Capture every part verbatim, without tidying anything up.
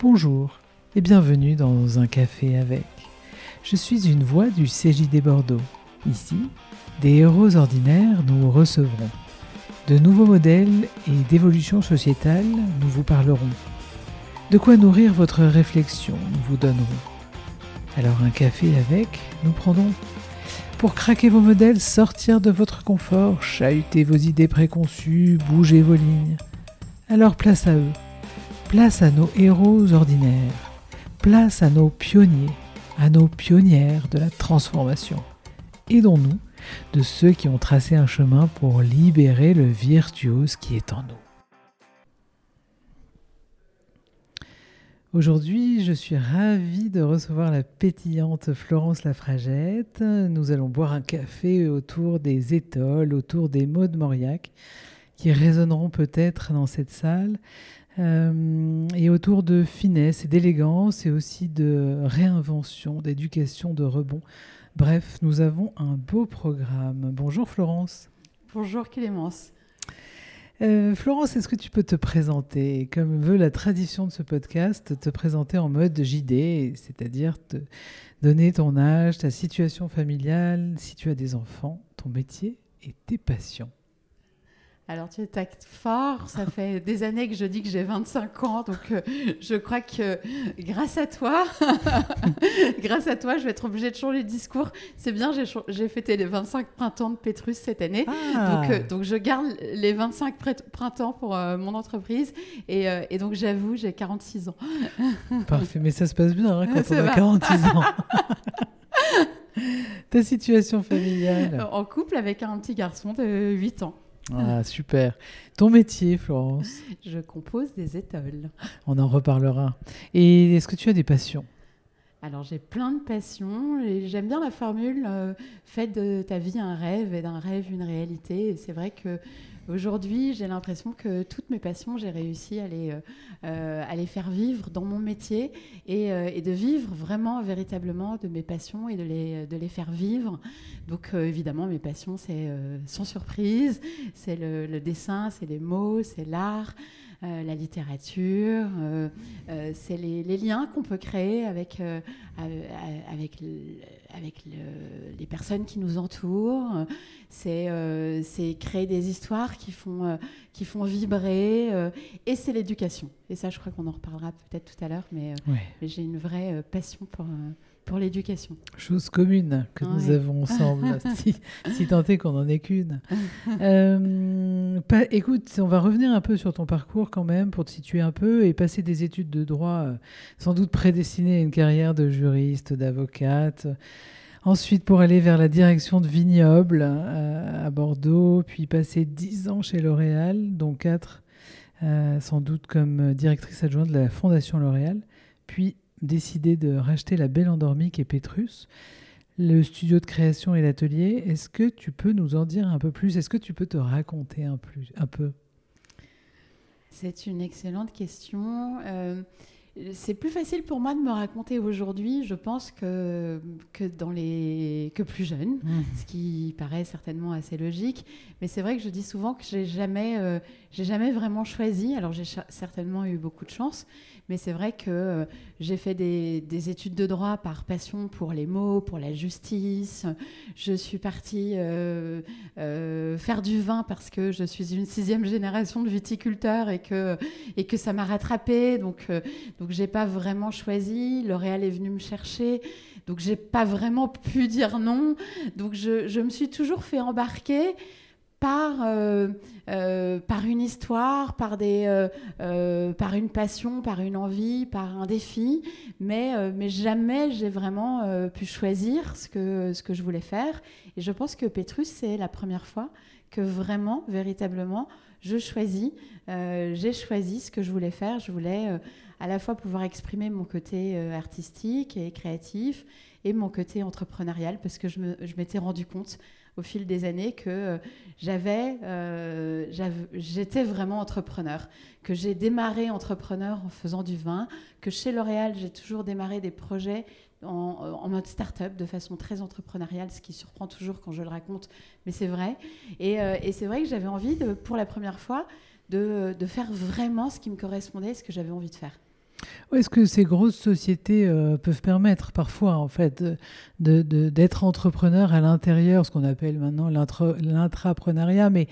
Bonjour et bienvenue dans Un café avec. Je suis une voix du C J D Bordeaux. Ici, des héros ordinaires nous recevront. De nouveaux modèles et d'évolution sociétale, nous vous parlerons. De quoi nourrir votre réflexion, nous vous donnerons. Alors un café avec, nous prendrons. Pour craquer vos modèles, sortir de votre confort, chahuter vos idées préconçues, bouger vos lignes. Alors place à eux, place à nos héros ordinaires, place à nos pionniers, à nos pionnières de la transformation. Aidons-nous de ceux qui ont tracé un chemin pour libérer le virtuose qui est en nous. Aujourd'hui, je suis ravie de recevoir la pétillante Florence Lafragette. Nous allons boire un café autour des étoiles, autour des mots de Mauriac, qui résonneront peut-être dans cette salle, euh, et autour de finesse et d'élégance, et aussi de réinvention, d'éducation, de rebond. Bref, nous avons un beau programme. Bonjour Florence. Bonjour Clémence. Euh, Florence, est-ce que tu peux te présenter, comme veut la tradition de ce podcast, te présenter en mode J D, c'est-à-dire te donner ton âge, ta situation familiale, si tu as des enfants, ton métier et tes passions. Alors tu tactes fort, ça fait des années que je dis que j'ai vingt-cinq ans, donc euh, je crois que grâce à toi, grâce à toi, je vais être obligée de changer de discours. C'est bien, j'ai, j'ai fêté les vingt-cinq printemps de Pétrus cette année, Ah. donc, euh, donc je garde les vingt-cinq printemps pour euh, mon entreprise, et, euh, et donc j'avoue, j'ai quarante-six ans. Parfait, mais ça se passe bien hein, quand C'est on a vrai. quarante-six ans. Ta situation familiale? En couple avec un petit garçon de huit ans. Ah, super. Ton métier, Florence? Je compose des étoiles. On en reparlera. Et est-ce que tu as des passions? Alors j'ai plein de passions et j'aime bien la formule euh, faites de ta vie un rêve et d'un rêve une réalité. Et c'est vrai que aujourd'hui j'ai l'impression que toutes mes passions j'ai réussi à les, euh, à les faire vivre dans mon métier et, euh, et de vivre vraiment véritablement de mes passions et de les, de les faire vivre. Donc euh, évidemment mes passions c'est euh, sans surprise, c'est le, le dessin, c'est les mots, c'est l'art. Euh, la littérature, euh, euh, c'est les, les liens qu'on peut créer avec, euh, avec, le, avec le, les personnes qui nous entourent. C'est, euh, c'est créer des histoires qui font, euh, qui font vibrer. Euh, et c'est l'éducation. Et ça, je crois qu'on en reparlera peut-être tout à l'heure, mais, euh, Ouais. mais j'ai une vraie euh, passion pour... Euh, pour l'éducation. Chose commune que Ouais. nous avons ensemble, si, si tant est qu'on n'en ait qu'une. Euh, pas, écoute, on va revenir un peu sur ton parcours quand même, pour te situer un peu, et passer des études de droit, euh, sans doute prédestinées à une carrière de juriste, d'avocate. Ensuite, pour aller vers la direction de vignoble euh, à Bordeaux, puis passer dix ans chez L'Oréal, dont quatre euh, sans doute comme directrice adjointe de la Fondation L'Oréal, puis décidé de racheter La Belle Endormie qui est Pétrus, le studio de création et l'atelier. Est-ce que tu peux nous en dire un peu plus? Est-ce que tu peux te raconter un, plus, un peu? C'est une excellente question. Euh, c'est plus facile pour moi de me raconter aujourd'hui, je pense, que, que, dans les, que plus jeune, mmh. ce qui paraît certainement assez logique. Mais c'est vrai que je dis souvent que je n'ai jamais, euh, j'ai jamais vraiment choisi. Alors j'ai ch- certainement eu beaucoup de chance, mais c'est vrai que euh, j'ai fait des, des études de droit par passion pour les mots, pour la justice. Je suis partie euh, euh, faire du vin parce que je suis une sixième génération de viticulteurs et que, et que ça m'a rattrapée. Donc, euh, donc j'ai pas vraiment choisi. L'Oréal est venu me chercher. Donc j'ai pas vraiment pu dire non. Donc je, je me suis toujours fait embarquer par, euh, euh, par une histoire, par, des, euh, euh, par une passion, par une envie, par un défi, mais, euh, mais jamais j'ai vraiment euh, pu choisir ce que, ce que je voulais faire. Et je pense que Pétrus, c'est la première fois que vraiment, véritablement, je choisis, euh, j'ai choisi ce que je voulais faire. Je voulais euh, à la fois pouvoir exprimer mon côté euh, artistique et créatif et mon côté entrepreneurial, parce que je, me, je m'étais rendu compte au fil des années que euh, j'avais, euh, j'avais, j'étais vraiment entrepreneur, que j'ai démarré entrepreneur en faisant du vin, que chez L'Oréal, j'ai toujours démarré des projets en, en mode start-up, de façon très entrepreneuriale, ce qui surprend toujours quand je le raconte, mais c'est vrai. Et, euh, et c'est vrai que j'avais envie, de, pour la première fois, de, de faire vraiment ce qui me correspondait, ce que j'avais envie de faire. Ouais, est-ce que ces grosses sociétés euh, peuvent permettre parfois en fait de, de- d'être entrepreneur à l'intérieur, ce qu'on appelle maintenant l'intra- l'intrapreneuriat, mais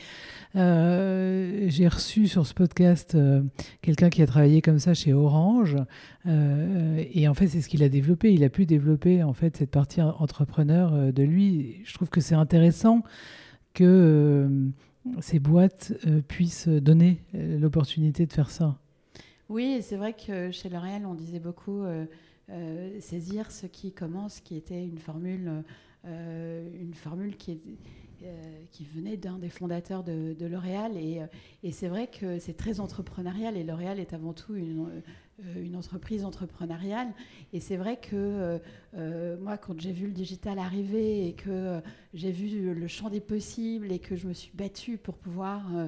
euh, j'ai reçu sur ce podcast euh, quelqu'un qui a travaillé comme ça chez Orange, euh, et en fait c'est ce qu'il a développé. Il a pu développer en fait cette partie en- entrepreneur euh, de lui. Je trouve que c'est intéressant que euh, ces boîtes euh, puissent donner euh, l'opportunité de faire ça. Oui, et c'est vrai que chez L'Oréal, on disait beaucoup euh, euh, saisir ce qui commence, qui était une formule, euh, une formule qui, est, euh, qui venait d'un des fondateurs de, de L'Oréal. Et, euh, et c'est vrai que c'est très entrepreneurial, et L'Oréal est avant tout une, euh, une entreprise entrepreneuriale. Et c'est vrai que euh, euh, moi, quand j'ai vu le digital arriver et que euh, j'ai vu le champ des possibles et que je me suis battue pour pouvoir... Euh,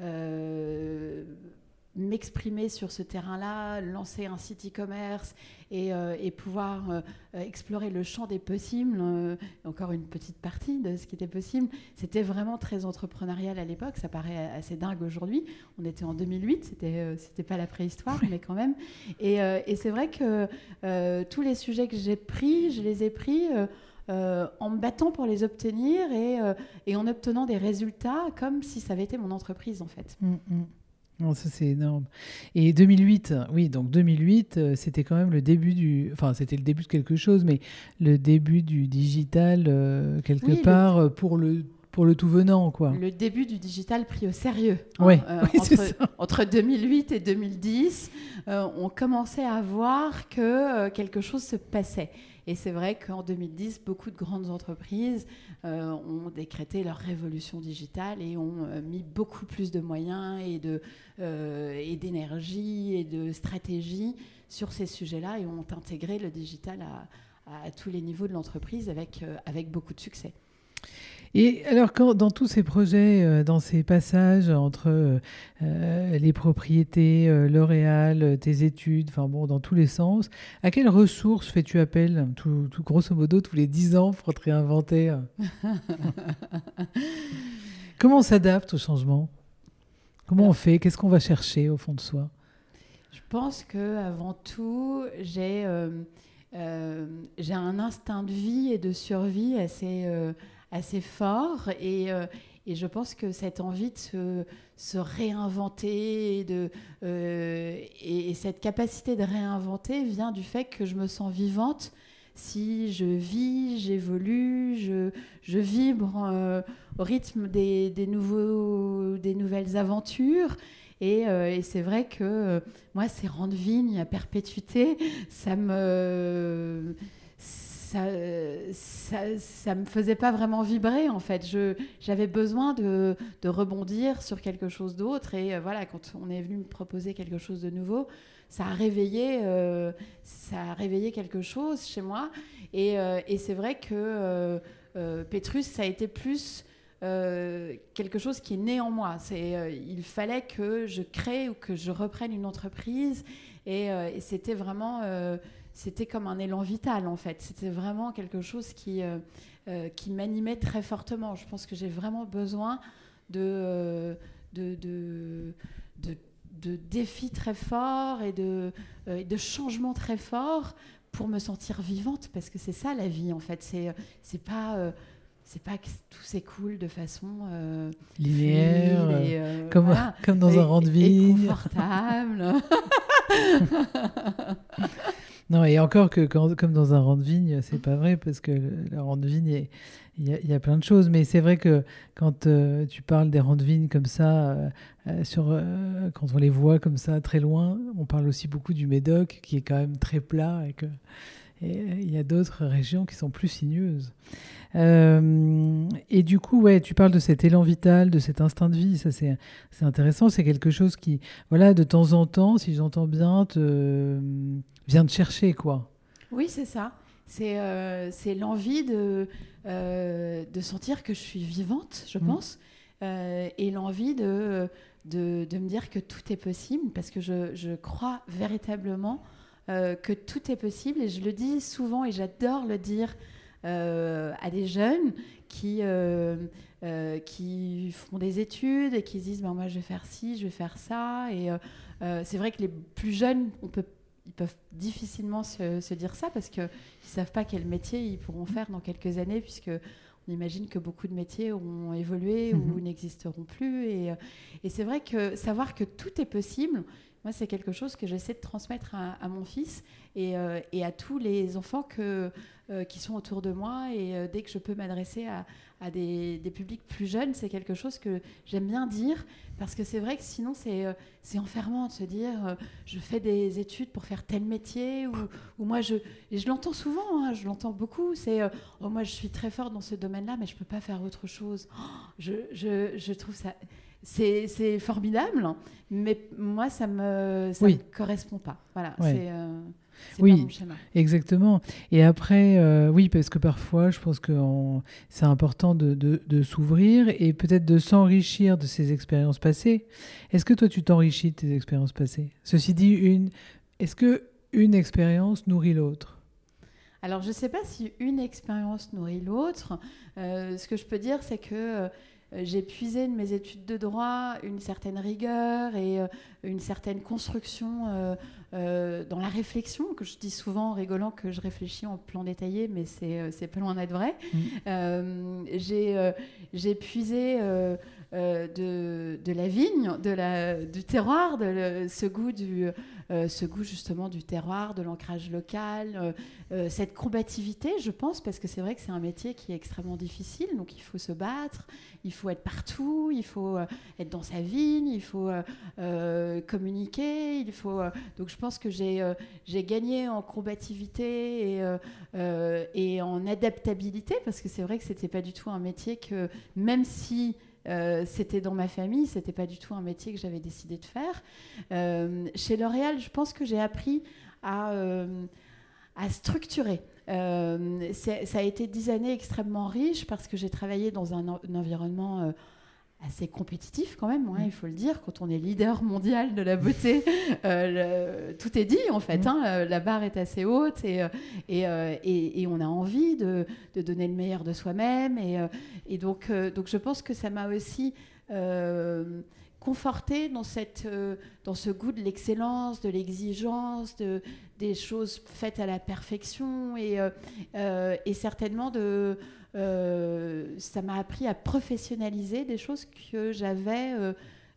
euh, m'exprimer sur ce terrain-là, lancer un site e-commerce et, euh, et pouvoir euh, explorer le champ des possibles, euh, encore une petite partie de ce qui était possible. C'était vraiment très entrepreneurial à l'époque, ça paraît assez dingue aujourd'hui. On était en deux mille huit, c'était, euh, c'était pas la préhistoire, mais quand même. Et, euh, et c'est vrai que euh, tous les sujets que j'ai pris, je les ai pris... Euh, Euh, en me battant pour les obtenir et, euh, et en obtenant des résultats comme si ça avait été mon entreprise en fait. Mm, mm. Non, ça c'est énorme. Et deux mille huit, oui, donc deux mille huit, euh, c'était quand même le début du... Enfin, c'était le début de quelque chose, mais le début du digital, euh, quelque Oui, part, le, euh, pour le, pour le tout venant, quoi. le début du digital pris au sérieux. Hein. Ouais, Euh, oui, c'est entre, ça. entre deux mille huit et deux mille dix, euh, on commençait à voir que euh, quelque chose se passait. Et c'est vrai qu'en deux mille dix, beaucoup de grandes entreprises euh, ont décrété leur révolution digitale et ont euh, mis beaucoup plus de moyens et, de, euh, et d'énergie et de stratégie sur ces sujets-là et ont intégré le digital à, à tous les niveaux de l'entreprise avec, euh, avec beaucoup de succès. Et alors, quand, dans tous ces projets, euh, dans ces passages entre euh, euh, les propriétés, euh, L'Oréal, euh, tes études, enfin bon, dans tous les sens, à quelles ressources fais-tu appel, tout, tout grosso modo, tous les dix ans pour te réinventer euh Comment on s'adapte au changement? Comment on Alors, fait? Qu'est-ce qu'on va chercher au fond de soi? je pense qu'avant tout, j'ai euh, euh, j'ai un instinct de vie et de survie assez, euh, assez fort. Et, euh, et je pense que cette envie de se, se réinventer et, de, euh, et, et cette capacité de réinventer vient du fait que je me sens vivante. Si je vis, j'évolue, je, je vibre euh, au rythme des, des, nouveaux, des nouvelles aventures. Et, euh, et c'est vrai que euh, moi, ces rangs de vigne à perpétuité, ça me, ça, ça, ça me faisait pas vraiment vibrer en fait. Je, j'avais besoin de, de rebondir sur quelque chose d'autre. Et euh, voilà, quand on est venu me proposer quelque chose de nouveau, ça a réveillé, euh, ça a réveillé quelque chose chez moi. Et, euh, et c'est vrai que euh, euh, Pétrus, ça a été plus euh, quelque chose qui est né en moi. C'est, euh, il fallait que je crée ou que je reprenne une entreprise. Et, euh, et c'était vraiment, euh, c'était comme un élan vital en fait. C'était vraiment quelque chose qui, euh, euh, qui m'animait très fortement. Je pense que j'ai vraiment besoin de, euh, de, de, de de défis très forts et de, euh, de changements très forts pour me sentir vivante, parce que c'est ça la vie en fait. C'est, c'est pas euh, c'est pas que tout s'écoule de façon euh, Linéaire, fluide euh, et euh, comme, voilà, comme dans et, un rang de et vigne. confortable. Non, et encore que quand- comme dans un rang de vigne, c'est pas vrai, parce que le, le rang de vigne, est- il y, a, il y a plein de choses. Mais c'est vrai que quand euh, tu parles des rangs de vigne comme ça, euh, euh, sur, euh, quand on les voit comme ça très loin, on parle aussi beaucoup du Médoc, qui est quand même très plat, et que et, euh, il y a d'autres régions qui sont plus sinueuses. Euh, et du coup, ouais, tu parles de cet élan vital, de cet instinct de vie. Ça, c'est, c'est intéressant. C'est quelque chose qui, voilà, de temps en temps, si j'entends bien, te vient te chercher, quoi. Oui, c'est ça. C'est, euh, c'est l'envie de, euh, de sentir que je suis vivante, je Mm. pense, euh, et l'envie de, de, de me dire que tout est possible, parce que je, je crois véritablement euh, que tout est possible, et je le dis souvent, et j'adore le dire euh, à des jeunes qui, euh, euh, qui font des études et qui se disent ben, moi je vais faire ci, je vais faire ça, et euh, euh, c'est vrai que les plus jeunes, on peut ils peuvent difficilement se, se dire ça parce qu'ils ne savent pas quel métier ils pourront faire dans quelques années, puisque on imagine que beaucoup de métiers auront évolué mmh. ou n'existeront plus. Et, et c'est vrai que savoir que tout est possible, moi, c'est quelque chose que j'essaie de transmettre à, à mon fils et, euh, et à tous les enfants que, euh, qui sont autour de moi. Et euh, dès que je peux m'adresser à, à des, des publics plus jeunes, c'est quelque chose que j'aime bien dire, parce que c'est vrai que sinon, c'est, euh, c'est enfermant de se dire euh, je fais des études pour faire tel métier, ou, ou moi, je, et je l'entends souvent, hein, je l'entends beaucoup, c'est euh, oh, moi, je suis très forte dans ce domaine-là, mais je ne peux pas faire autre chose. Oh, je, je, je trouve ça... C'est, c'est formidable, mais moi, ça ne me, ça oui. me correspond pas. Voilà, ouais. c'est, euh, c'est oui, pas mon schéma. Exactement. Et après, euh, oui, parce que parfois, je pense que on, c'est important de, de, de s'ouvrir et peut-être de s'enrichir de ses expériences passées. Est-ce que toi, tu t'enrichis de tes expériences passées ? Ceci dit, une, est-ce qu'une expérience nourrit l'autre ? Alors, je ne sais pas si une expérience nourrit l'autre. Euh, ce que je peux dire, c'est que euh, j'ai puisé de mes études de droit une certaine rigueur et euh, une certaine construction euh, euh, dans la réflexion, que je dis souvent en rigolant que je réfléchis en plan détaillé, mais c'est, euh, c'est pas loin d'être vrai. Mmh. Euh, j'ai, euh, j'ai puisé euh, euh, de, de la vigne, de la, du terroir, de le, ce goût du... Euh, ce goût justement du terroir, de l'ancrage local, euh, euh, cette combativité, je pense, parce que c'est vrai que c'est un métier qui est extrêmement difficile, donc il faut se battre, il faut être partout, il faut euh, être dans sa vigne, il faut euh, euh, communiquer, il faut... Euh, donc je pense que j'ai, euh, j'ai gagné en combativité et, euh, euh, et en adaptabilité, parce que c'est vrai que c'était pas du tout un métier que, même si... Euh, c'était dans ma famille, c'était pas du tout un métier que j'avais décidé de faire. Euh, chez L'Oréal, je pense que j'ai appris à, euh, à structurer. Euh, ça a été dix années extrêmement riches parce que j'ai travaillé dans un, un environnement euh, assez compétitif quand même, hein, il faut le dire. Quand on est leader mondial de la beauté, euh, le, tout est dit en fait. Hein, la barre est assez haute et, et, et, et on a envie de, de donner le meilleur de soi-même. Et, et donc, donc je pense que ça m'a aussi euh, confortée dans, cette, dans ce goût de l'excellence, de l'exigence, de, des choses faites à la perfection et, euh, et certainement de... Euh, ça m'a appris à professionnaliser des choses que j'avais, euh,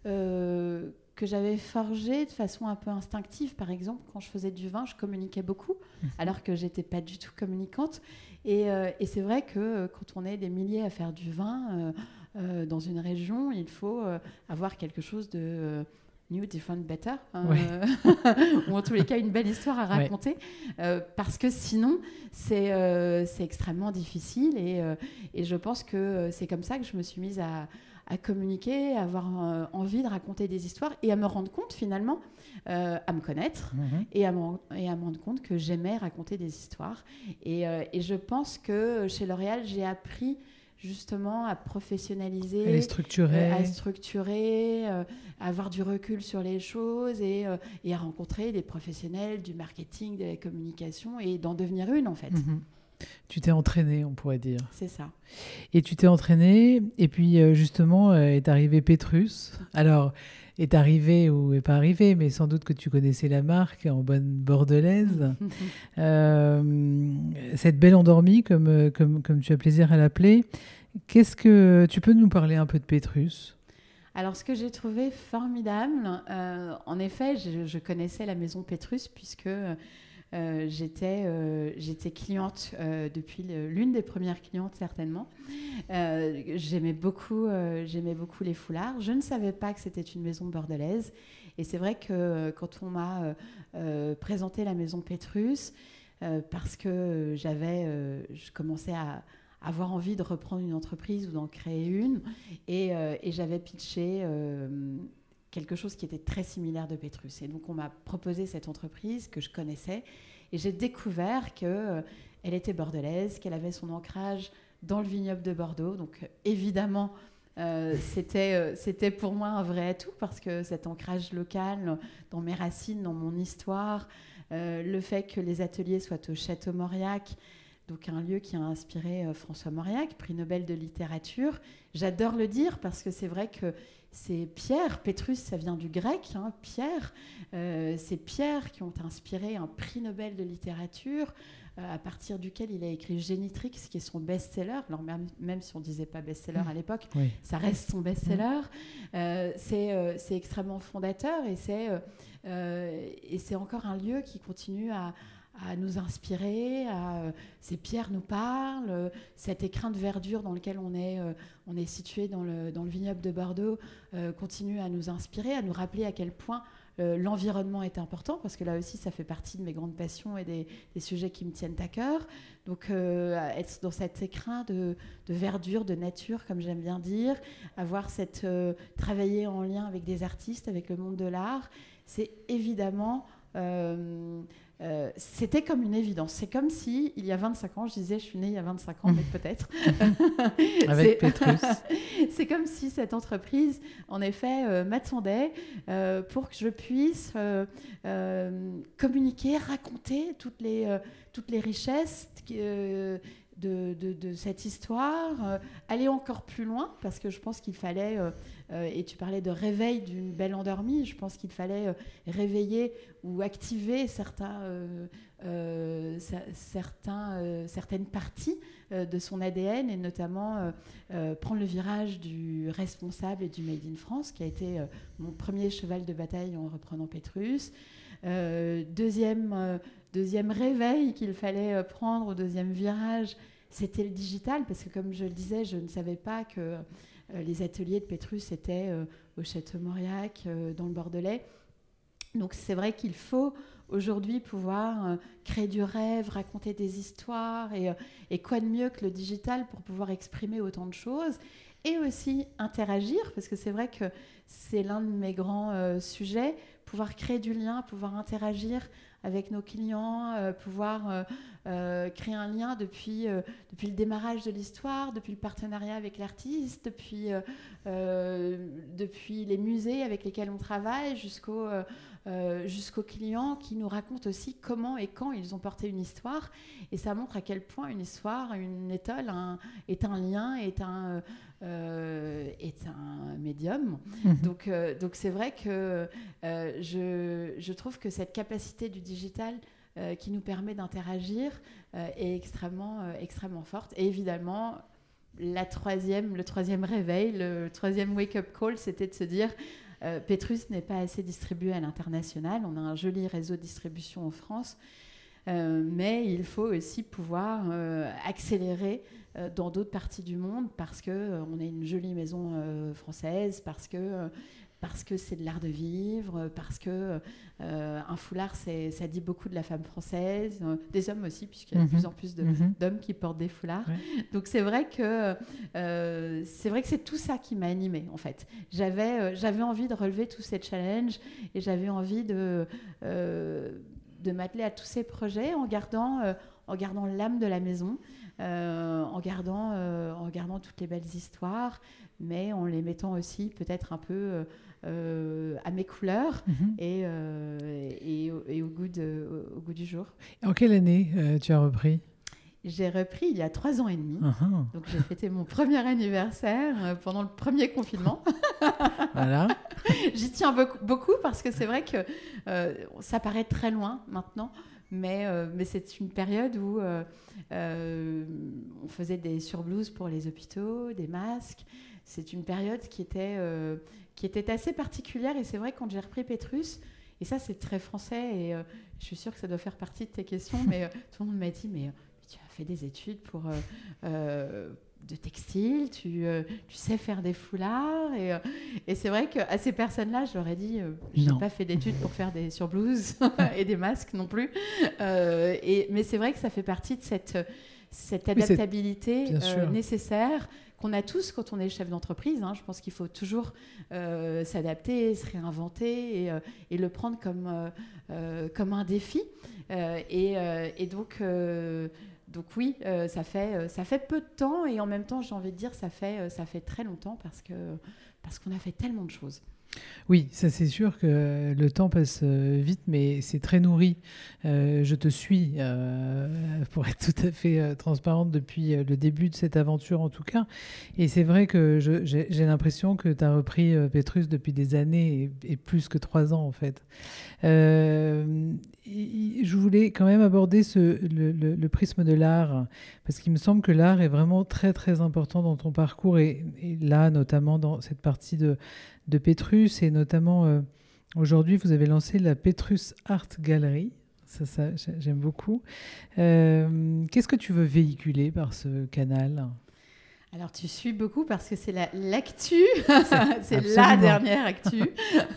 euh, que j'avais forgées de façon un peu instinctive. Par exemple, quand je faisais du vin, je communiquais beaucoup, mmh. alors que je n'étais pas du tout communicante. Et, euh, et c'est vrai que quand on est des milliers à faire du vin euh, euh, dans une région, il faut euh, avoir quelque chose de... Euh, New, different, better, hein, ouais. euh, ou en tous les cas une belle histoire à raconter, ouais. euh, parce que sinon c'est, euh, c'est extrêmement difficile et, euh, et je pense que c'est comme ça que je me suis mise à, à communiquer, à avoir euh, envie de raconter des histoires et à me rendre compte finalement, euh, à me connaître mm-hmm. et, à et à me rendre compte que j'aimais raconter des histoires et, euh, et je pense que chez L'Oréal j'ai appris justement à professionnaliser, à structurer, euh, à, structurer euh, à avoir du recul sur les choses et, euh, et à rencontrer des professionnels du marketing, de la communication et d'en devenir une en fait. Mmh. Tu t'es entraînée, on pourrait dire. C'est ça. Et tu t'es entraînée et puis euh, justement euh, est arrivé Pétrus. Alors, est arrivé ou est pas arrivé, mais sans doute que tu connaissais la marque en bonne bordelaise. euh, cette belle endormie, comme, comme, comme tu as plaisir à l'appeler. Qu'est-ce que tu peux nous parler un peu de Pétrus ? Alors, ce que j'ai trouvé formidable, euh, en effet, je, je connaissais la maison Pétrus puisque euh, j'étais, euh, j'étais cliente euh, depuis le, l'une des premières clientes certainement. Euh, j'aimais beaucoup, euh, j'aimais beaucoup les foulards. Je ne savais pas que c'était une maison bordelaise. Et c'est vrai que euh, quand on m'a euh, euh, présenté la maison Pétrus, euh, parce que j'avais, euh, je commençais à avoir envie de reprendre une entreprise ou d'en créer une. Et, euh, et j'avais pitché euh, quelque chose qui était très similaire de Pétrus. Et donc, on m'a proposé cette entreprise que je connaissais. Et j'ai découvert qu'elle euh, était bordelaise, qu'elle avait son ancrage dans le vignoble de Bordeaux. Donc, euh, évidemment, euh, c'était, euh, c'était pour moi un vrai atout parce que cet ancrage local dans mes racines, dans mon histoire, euh, le fait que les ateliers soient au Château Mauriac, donc un lieu qui a inspiré euh, François Mauriac, prix Nobel de littérature. J'adore le dire parce que c'est vrai que c'est Pierre, Pétrus, ça vient du grec, hein, Pierre. Euh, c'est Pierre qui ont inspiré un prix Nobel de littérature euh, à partir duquel il a écrit Génitrix, qui est son best-seller. Alors même, même si on ne disait pas best-seller à l'époque, oui. ça reste son best-seller. Euh, c'est, euh, c'est extrêmement fondateur et c'est, euh, et c'est encore un lieu qui continue à... à nous inspirer, à, euh, ces pierres nous parlent, euh, cet écrin de verdure dans lequel on est, euh, on est situé dans le, dans le vignoble de Bordeaux euh, continue à nous inspirer, à nous rappeler à quel point euh, l'environnement est important, parce que là aussi ça fait partie de mes grandes passions et des, des sujets qui me tiennent à cœur. Donc euh, être dans cet écrin de, de verdure, de nature, comme j'aime bien dire, avoir cette, euh, travailler en lien avec des artistes, avec le monde de l'art, c'est évidemment... Euh, Euh, c'était comme une évidence. C'est comme si, il y a vingt-cinq ans, je disais, je suis née il y a vingt-cinq ans, mais peut-être. Avec Pétrus. C'est comme si cette entreprise, en effet, euh, m'attendait euh, pour que je puisse euh, euh, communiquer, raconter toutes les, euh, toutes les richesses euh, de, de, de cette histoire, euh, aller encore plus loin, parce que je pense qu'il fallait... Euh, Euh, et tu parlais de réveil d'une belle endormie. Je pense qu'il fallait euh, réveiller ou activer certains, euh, euh, certains, euh, certaines parties euh, de son A D N, et notamment euh, euh, prendre le virage du responsable et du Made in France, qui a été euh, mon premier cheval de bataille en reprenant Pétrus. Euh, deuxième, euh, deuxième réveil qu'il fallait euh, prendre, au deuxième virage, c'était le digital, parce que comme je le disais, je ne savais pas que... Euh, les ateliers de Pétrus étaient euh, au Château Mauriac, euh, dans le Bordelais. Donc c'est vrai qu'il faut aujourd'hui pouvoir euh, créer du rêve, raconter des histoires, et, euh, et quoi de mieux que le digital pour pouvoir exprimer autant de choses, et aussi interagir, parce que c'est vrai que c'est l'un de mes grands euh, sujets, pouvoir créer du lien, pouvoir interagir avec nos clients, euh, pouvoir euh, euh, créer un lien depuis, euh, depuis le démarrage de l'histoire, depuis le partenariat avec l'artiste, depuis, euh, euh, depuis les musées avec lesquels on travaille, jusqu'au, euh, euh, jusqu'aux clients qui nous racontent aussi comment et quand ils ont porté une histoire. Et ça montre à quel point une histoire, une étole un, est un lien, est un, euh, est un médium. Mmh. Donc, euh, donc c'est vrai que euh, je, je trouve que cette capacité du digital euh, qui nous permet d'interagir euh, est extrêmement, euh, extrêmement forte. Et évidemment, la troisième, le troisième réveil, le troisième wake-up call, c'était de se dire euh, Pétrus n'est pas assez distribué à l'international. On a un joli réseau de distribution en France, euh, mais il faut aussi pouvoir euh, accélérer euh, dans d'autres parties du monde, parce qu'on euh, est une jolie maison euh, française, parce que... Euh, parce que c'est de l'art de vivre, parce que euh, un foulard, c'est, ça dit beaucoup de la femme française, euh, des hommes aussi, puisqu'il y a mmh. de plus en plus de, mmh. d'hommes qui portent des foulards. Ouais. Donc c'est vrai que euh, c'est vrai que c'est tout ça qui m'a animée, en fait. J'avais, euh, j'avais envie de relever tous ces challenges, et j'avais envie de, euh, de m'atteler à tous ces projets en gardant, euh, en gardant l'âme de la maison, euh, en gardant, euh, en gardant toutes les belles histoires, mais en les mettant aussi peut-être un peu euh, à mes couleurs mmh. et, euh, et, au, et au, goût de, au, au goût du jour. En quelle année euh, tu as repris ? J'ai repris il y a trois ans et demi. Uh-huh. Donc j'ai fêté mon premier anniversaire euh, pendant le premier confinement. Voilà. J'y tiens beaucoup, beaucoup parce que c'est vrai que euh, ça paraît très loin maintenant. Mais, euh, mais c'est une période où euh, euh, on faisait des surblouses pour les hôpitaux, des masques. C'est une période qui était, euh, qui était assez particulière. Et c'est vrai, quand j'ai repris Pétrus, et ça c'est très français, et euh, je suis sûre que ça doit faire partie de tes questions, mais euh, tout le monde m'a dit, mais tu as fait des études pour... Euh, euh, de textile, tu, euh, tu sais faire des foulards, et, euh, et c'est vrai qu'à ces personnes-là, je leur ai dit, euh, je n'ai pas fait d'études pour faire des surblouses et des masques non plus, euh, et, mais c'est vrai que ça fait partie de cette, cette adaptabilité oui, euh, nécessaire qu'on a tous quand on est chef d'entreprise, hein. Je pense qu'il faut toujours euh, s'adapter, se réinventer, et, euh, et le prendre comme, euh, euh, comme un défi, euh, et, euh, et donc... Euh, Donc oui, euh, ça, fait, euh, ça fait peu de temps, et en même temps, j'ai envie de dire, ça fait, euh, ça fait très longtemps, parce, que, parce qu'on a fait tellement de choses. Oui, ça c'est sûr que le temps passe euh, vite, mais c'est très nourri. Euh, je te suis, euh, pour être tout à fait euh, transparente depuis euh, le début de cette aventure en tout cas. Et c'est vrai que je- j'ai j'ai l'impression que tu as repris euh, Pétrus depuis des années et, et plus que trois ans en fait. Euh, et- et je voulais quand même aborder ce, le, le- le prisme de l'art, parce qu'il me semble que l'art est vraiment très très important dans ton parcours, et, et là notamment dans cette partie de, de Pétrus, et notamment euh, aujourd'hui vous avez lancé la Pétrus Art Gallery. Ça, ça, j'ai- j'aime beaucoup. Euh, qu'est-ce que tu veux véhiculer par ce canal? Alors tu suis beaucoup parce que c'est la, l'actu, C'est c'est la absolument. dernière actu.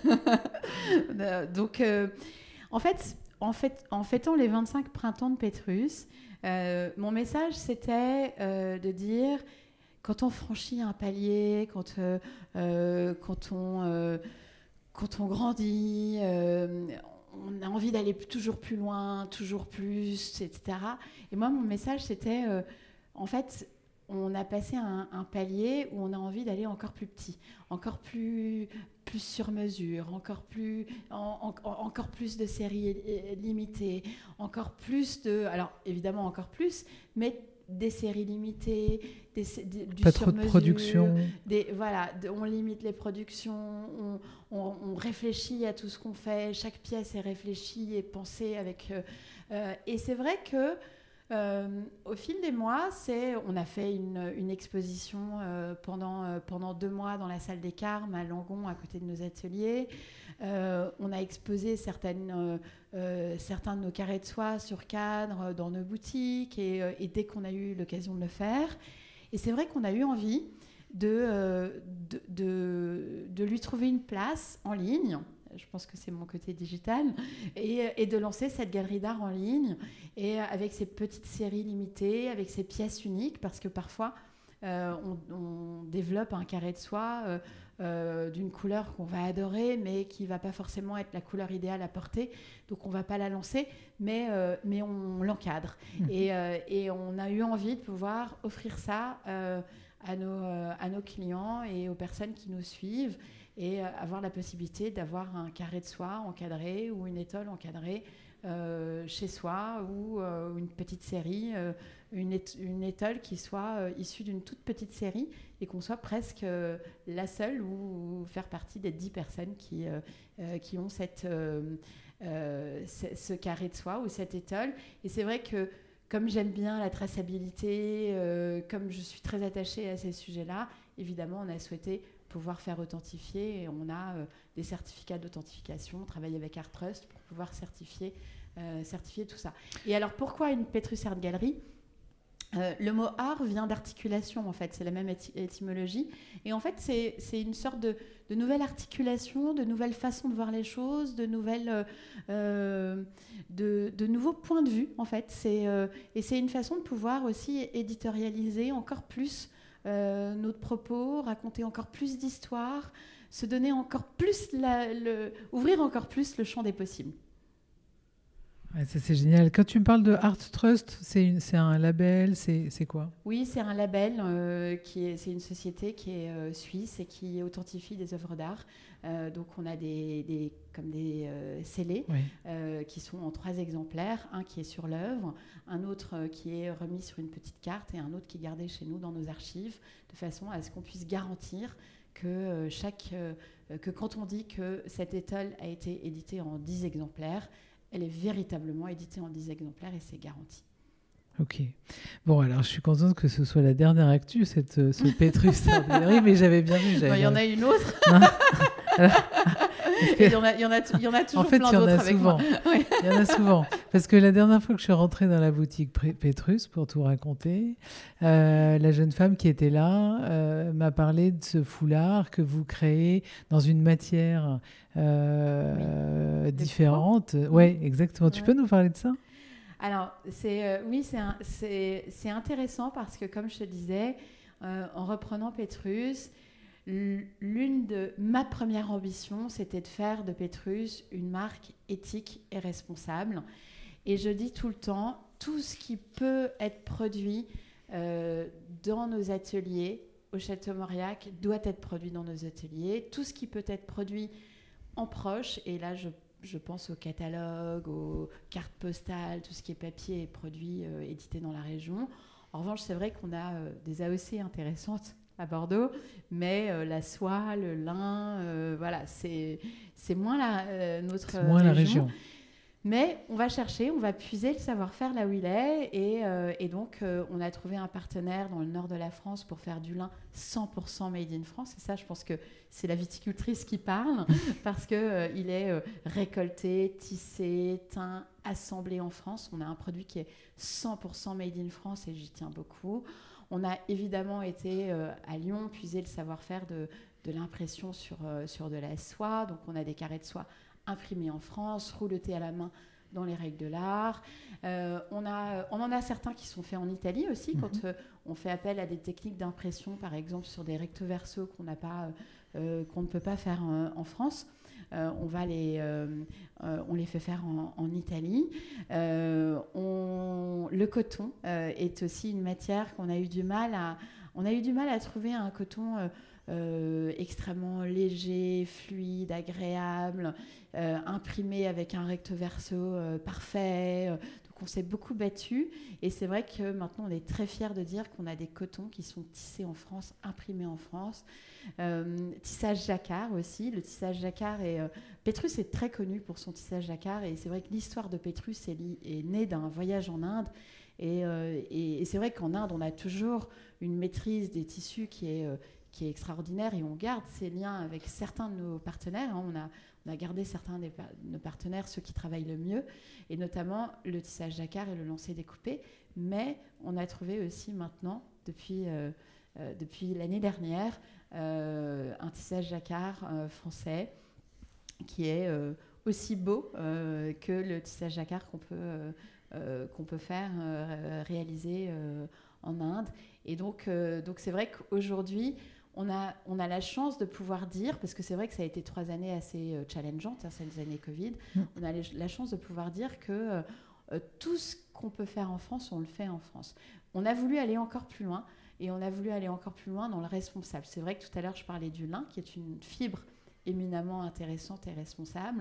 Euh, Donc euh, en fait, en fait, en fêtant les vingt-cinq printemps de Pétrus, euh, mon message c'était euh, de dire quand on franchit un palier, quand, euh, euh, quand, on, euh, quand on grandit, euh, on a envie d'aller toujours plus loin, toujours plus, et cetera. Et moi, mon message, c'était, euh, en fait, on a passé un, un palier où on a envie d'aller encore plus petit, encore plus, plus sur mesure, encore plus, en, en, encore plus de séries limitées, encore plus de... Alors, évidemment, encore plus, mais des séries limitées, des, des, du Pas trop de sur-mesure, production. des, voilà, de, on limite les productions, on, on, on réfléchit à tout ce qu'on fait, chaque pièce est réfléchie et pensée avec... Euh, euh, et c'est vrai que euh, au fil des mois, c'est, on a fait une, une exposition euh, pendant, euh, pendant deux mois dans la salle des Carmes à Langon, à côté de nos ateliers. Euh, on a exposé certaines, euh, euh, certains de nos carrés de soie sur cadre dans nos boutiques et, euh, et dès qu'on a eu l'occasion de le faire. Et c'est vrai qu'on a eu envie de, euh, de, de, de lui trouver une place en ligne. Je pense que c'est mon côté digital, et, et de lancer cette galerie d'art en ligne, et avec ces petites séries limitées, avec ces pièces uniques, parce que parfois euh, on, on développe un carré de soie euh, euh, d'une couleur qu'on va adorer, mais qui ne va pas forcément être la couleur idéale à porter, donc on ne va pas la lancer, mais, euh, mais on l'encadre. Mmh. Et, euh, et on a eu envie de pouvoir offrir ça euh, à, nos, euh, à nos clients et aux personnes qui nous suivent, et avoir la possibilité d'avoir un carré de soie encadré ou une étole encadrée euh, chez soi, ou euh, une petite série, euh, une, é- une étole qui soit euh, issue d'une toute petite série, et qu'on soit presque euh, la seule, ou, ou faire partie des dix personnes qui, euh, euh, qui ont cette, euh, euh, ce, ce carré de soie ou cette étole. Et c'est vrai que comme j'aime bien la traçabilité, euh, comme je suis très attachée à ces sujets-là, évidemment, on a souhaité pouvoir faire authentifier, et on a euh, des certificats d'authentification, on travaille avec ArtTrust pour pouvoir certifier, euh, certifier tout ça. Et alors pourquoi une Pétrus Art Gallery ? Euh, le mot art vient d'articulation, en fait, c'est la même éty- étymologie, et en fait c'est, c'est une sorte de, de nouvelle articulation, de nouvelles façons de voir les choses, de nouvelles, euh, euh, de, de nouveaux points de vue, en fait. C'est, euh, et c'est une façon de pouvoir aussi éditorialiser encore plus euh, notre propos, raconter encore plus d'histoires, se donner encore plus, la, le, ouvrir encore plus le champ des possibles. Ouais, ça c'est génial. Quand tu me parles de Art Trust, c'est, une, c'est un label, c'est, c'est quoi? Oui, c'est un label, euh, qui est, c'est une société qui est euh, suisse et qui authentifie des œuvres d'art. Euh, donc on a des, des comme des euh, scellés, Oui. euh, qui sont en trois exemplaires, un qui est sur l'œuvre, un autre euh, qui est remis sur une petite carte, et un autre qui est gardé chez nous dans nos archives, de façon à ce qu'on puisse garantir que, euh, chaque, euh, que quand on dit que cette étole a été éditée en dix exemplaires, elle est véritablement éditée en dix exemplaires, et c'est garanti. Ok. Bon, alors je suis contente que ce soit la dernière actu, cette, ce Pétrus Art Gallery, mais j'avais bien vu. Il y en a une autre. Non. Alors, que... Il y en a, il y en a, il y en a toujours en fait, plein il y en d'autres a avec souvent. moi. Oui. Il y en a souvent. Parce que la dernière fois que je suis rentrée dans la boutique Pétrus, pour tout raconter, euh, la jeune femme qui était là euh, m'a parlé de ce foulard que vous créez dans une matière euh, oui. différente. Oui, mmh. exactement. Ouais. Tu peux nous parler de ça ? Alors, c'est, euh, oui, c'est, un, c'est, c'est intéressant parce que, comme je te disais, euh, en reprenant Pétrus, l'une de ma première ambition, c'était de faire de Pétrus une marque éthique et responsable. Et je dis tout le temps, tout ce qui peut être produit euh, dans nos ateliers au Château Mauriac doit être produit dans nos ateliers. Tout ce qui peut être produit en proche, et là je, je pense aux catalogues, aux cartes postales, tout ce qui est papier est produit, euh, édité dans la région. En revanche, c'est vrai qu'on a euh, des A O C intéressantes à Bordeaux, mais euh, la soie, le lin, euh, voilà, c'est, c'est moins la, euh, notre c'est moins région. la région. Mais on va chercher, on va puiser le savoir-faire là où il est. Et, euh, et donc, euh, on a trouvé un partenaire dans le nord de la France pour faire du lin cent pour cent made in France. Et ça, je pense que c'est la viticultrice qui parle parce qu'il euh, est euh, récolté, tissé, teint, assemblé en France. On a un produit qui est cent pour cent made in France et j'y tiens beaucoup. On a évidemment été euh, à Lyon puiser le savoir-faire de, de l'impression sur, euh, sur de la soie. Donc, on a des carrés de soie imprimés en France, rouletés à la main dans les règles de l'art. Euh, on, a, on en a certains qui sont faits en Italie aussi, mmh. quand euh, on fait appel à des techniques d'impression, par exemple sur des recto verso qu'on n'a pas, euh, qu'on ne peut pas faire en, en France. Euh, on, va les, euh, euh, on les fait faire en, en Italie. Euh, on, le coton euh, est aussi une matière qu'on a eu du mal à, on a eu du mal à trouver un coton euh, Euh, extrêmement léger, fluide, agréable, euh, imprimé avec un recto verso euh, parfait. Donc on s'est beaucoup battu et c'est vrai que maintenant on est très fiers de dire qu'on a des cotons qui sont tissés en France, imprimés en France. Euh, tissage jacquard aussi. Le tissage jacquard est... Euh, Pétrus est très connu pour son tissage jacquard et c'est vrai que l'histoire de Pétrus est, li- est née d'un voyage en Inde. Et, euh, et, et c'est vrai qu'en Inde, on a toujours une maîtrise des tissus qui est... Euh, qui est extraordinaire et on garde ces liens avec certains de nos partenaires. Hein. On a, on a gardé certains de nos partenaires, ceux qui travaillent le mieux, et notamment le tissage jacquard et le lancer découpé. Mais on a trouvé aussi maintenant, depuis, euh, euh, depuis l'année dernière, euh, un tissage jacquard euh, français qui est euh, aussi beau euh, que le tissage jacquard qu'on peut, euh, euh, qu'on peut faire euh, réaliser euh, en Inde. Et donc, euh, donc c'est vrai qu'aujourd'hui, On a, on a la chance de pouvoir dire, parce que c'est vrai que ça a été trois années assez euh, challengeantes, hein, ces années Covid, mmh. on a les, la chance de pouvoir dire que euh, tout ce qu'on peut faire en France, on le fait en France. On a voulu aller encore plus loin, et on a voulu aller encore plus loin dans le responsable. C'est vrai que tout à l'heure, je parlais du lin, qui est une fibre éminemment intéressante et responsable.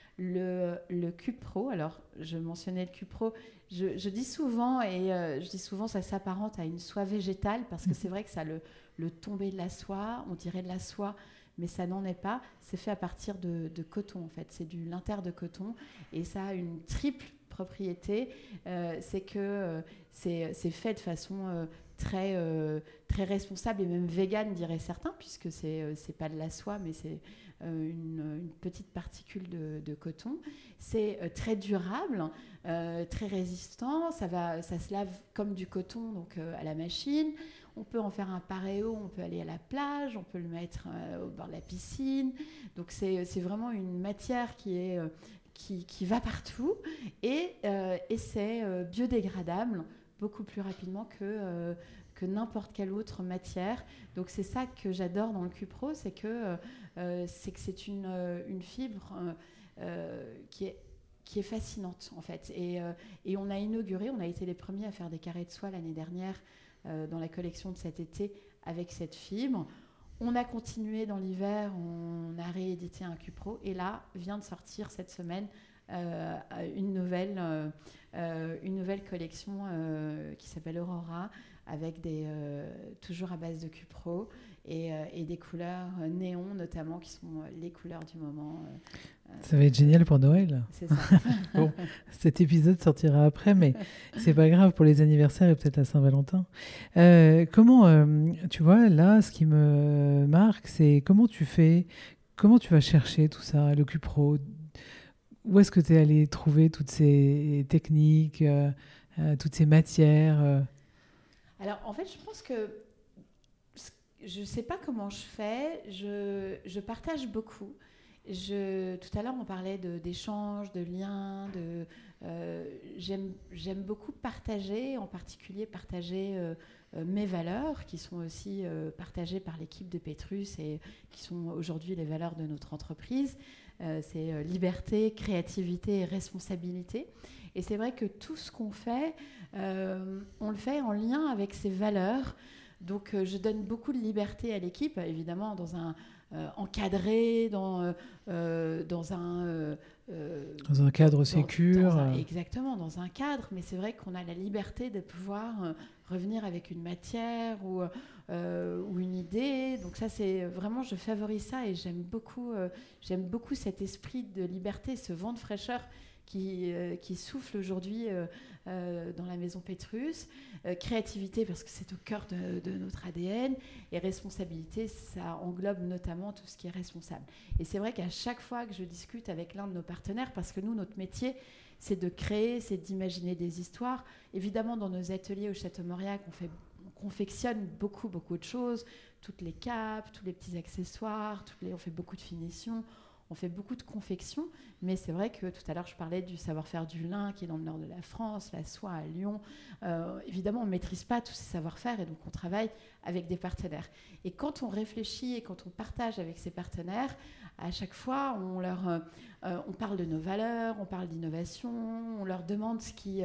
Le, le Cupro, alors je mentionnais le Cupro, je, je dis souvent, et euh, je dis souvent ça s'apparente à une soie végétale, parce que c'est vrai que ça a le, le tombé de la soie, on dirait de la soie, mais ça n'en est pas. C'est fait à partir de, de coton, en fait. C'est du linter de coton, et ça a une triple propriété. Euh, c'est que euh, c'est, c'est fait de façon euh, très, euh, très responsable, et même végane, diraient certains, puisque c'est, euh, c'est pas de la soie, mais c'est Une, une petite particule de, de coton. C'est euh, très durable, euh, très résistant. Ça, va, ça se lave comme du coton, donc euh, à la machine. On peut en faire un paréo, on peut aller à la plage, on peut le mettre euh, au bord de la piscine. Donc c'est, c'est vraiment une matière qui, est, euh, qui, qui va partout et, euh, et c'est euh, biodégradable beaucoup plus rapidement que... Euh, que n'importe quelle autre matière. Donc c'est ça que j'adore dans le Cupro, c'est que euh, c'est que c'est une, euh, une fibre euh, euh, qui est qui est fascinante en fait. Et, euh, et on a inauguré, on a été les premiers à faire des carrés de soie l'année dernière euh, dans la collection de cet été avec cette fibre. On a continué dans l'hiver, on a réédité un Cupro et là vient de sortir cette semaine euh, une nouvelle euh, euh, une nouvelle collection euh, qui s'appelle Aurora, avec des, euh, toujours à base de Cupro et, euh, et des couleurs néon notamment qui sont les couleurs du moment. Euh, ça va être génial pour Noël. C'est ça. Bon, cet épisode sortira après, mais c'est pas grave pour les anniversaires et peut-être la Saint-Valentin. Euh, comment, euh, tu vois, là, ce qui me marque, c'est comment tu fais, comment tu vas chercher tout ça, le Cupro. Où est-ce que tu es allé trouver toutes ces techniques, euh, euh, toutes ces matières euh... Alors, en fait, je pense que je ne sais pas comment je fais. Je, je partage beaucoup. Je, tout à l'heure, on parlait de, d'échanges, de liens. De, euh, j'aime, j'aime beaucoup partager, en particulier partager euh, euh, mes valeurs, qui sont aussi euh, partagées par l'équipe de Pétrus et qui sont aujourd'hui les valeurs de notre entreprise. Euh, c'est euh, liberté, créativité et responsabilité. Et c'est vrai que tout ce qu'on fait, euh, on le fait en lien avec ces valeurs Donc, euh, je donne beaucoup de liberté à l'équipe, évidemment, dans un euh, encadré, dans, euh, dans un... Euh, euh, dans un cadre dans, sécure. Dans un, exactement, dans un cadre. Mais c'est vrai qu'on a la liberté de pouvoir euh, revenir avec une matière ou, euh, ou une idée. Donc ça, c'est vraiment, je favorise ça et j'aime beaucoup, euh, j'aime beaucoup cet esprit de liberté, ce vent de fraîcheur qui, euh, qui souffle aujourd'hui euh, euh, dans la maison Pétrus. Euh, créativité, parce que c'est au cœur de, de notre A D N. Et responsabilité, ça englobe notamment tout ce qui est responsable. Et c'est vrai qu'à chaque fois que je discute avec l'un de nos partenaires, parce que nous, notre métier, c'est de créer, c'est d'imaginer des histoires. Évidemment, dans nos ateliers au Château Mauriac, on, fait, on confectionne beaucoup, beaucoup de choses. Toutes les capes, tous les petits accessoires, toutes les, on fait beaucoup de finitions. On fait beaucoup de confection, mais c'est vrai que tout à l'heure, je parlais du savoir-faire du lin qui est dans le nord de la France, la soie à Lyon. Euh, évidemment, on ne maîtrise pas tous ces savoir-faire et donc on travaille avec des partenaires. Et quand on réfléchit et quand on partage avec ces partenaires, à chaque fois, on, leur, euh, on parle de nos valeurs, on parle d'innovation, on leur demande ce, qui,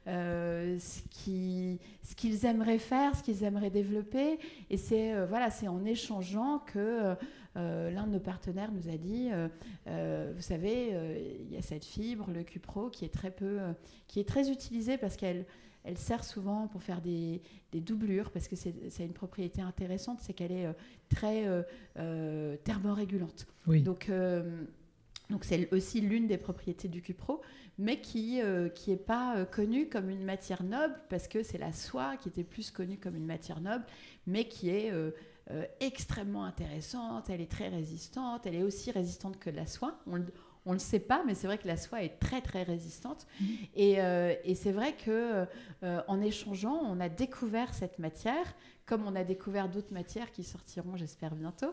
euh, ce, qui, ce qu'ils aimeraient faire, ce qu'ils aimeraient développer. Et c'est, euh, voilà, c'est en échangeant que... Euh, l'un de nos partenaires nous a dit, euh, euh, vous savez, euh, il y a cette fibre, le Cupro, qui est très peu, euh, qui est très utilisée parce qu'elle elle sert souvent pour faire des, des doublures, parce que c'est, c'est une propriété intéressante, c'est qu'elle est euh, très euh, euh, thermorégulante. Oui. Donc, euh, donc c'est aussi l'une des propriétés du Cupro, mais qui n'est euh, qui est pas euh, connue comme une matière noble, parce que c'est la soie qui était plus connue comme une matière noble, mais qui est... Euh, Euh, extrêmement intéressante, elle est très résistante, elle est aussi résistante que la soie. On ne le sait pas, mais c'est vrai que la soie est très très résistante. Mmh. Et, euh, et c'est vrai que euh, en échangeant, on a découvert cette matière, comme on a découvert d'autres matières qui sortiront, j'espère bientôt.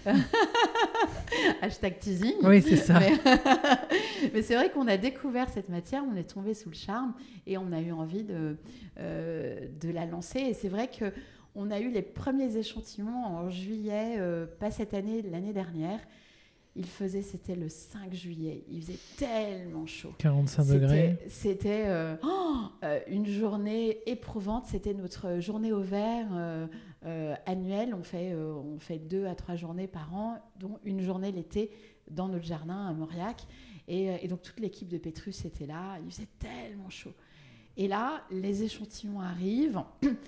Hashtag teasing. Oui, c'est ça. Mais, mais c'est vrai qu'on a découvert cette matière, on est tombé sous le charme et on a eu envie de, euh, de la lancer. Et c'est vrai que on a eu les premiers échantillons en juillet, euh, pas cette année, l'année dernière. Il faisait, c'était le cinq juillet. Il faisait tellement chaud. quarante-cinq c'était, degrés. C'était euh, oh, euh, une journée éprouvante. C'était notre journée au vert euh, euh, annuelle. On fait, euh, on fait deux à trois journées par an, dont une journée l'été dans notre jardin à Mauriac. Et, et donc toute l'équipe de Pétrus était là. Il faisait tellement chaud. Et là, les échantillons arrivent.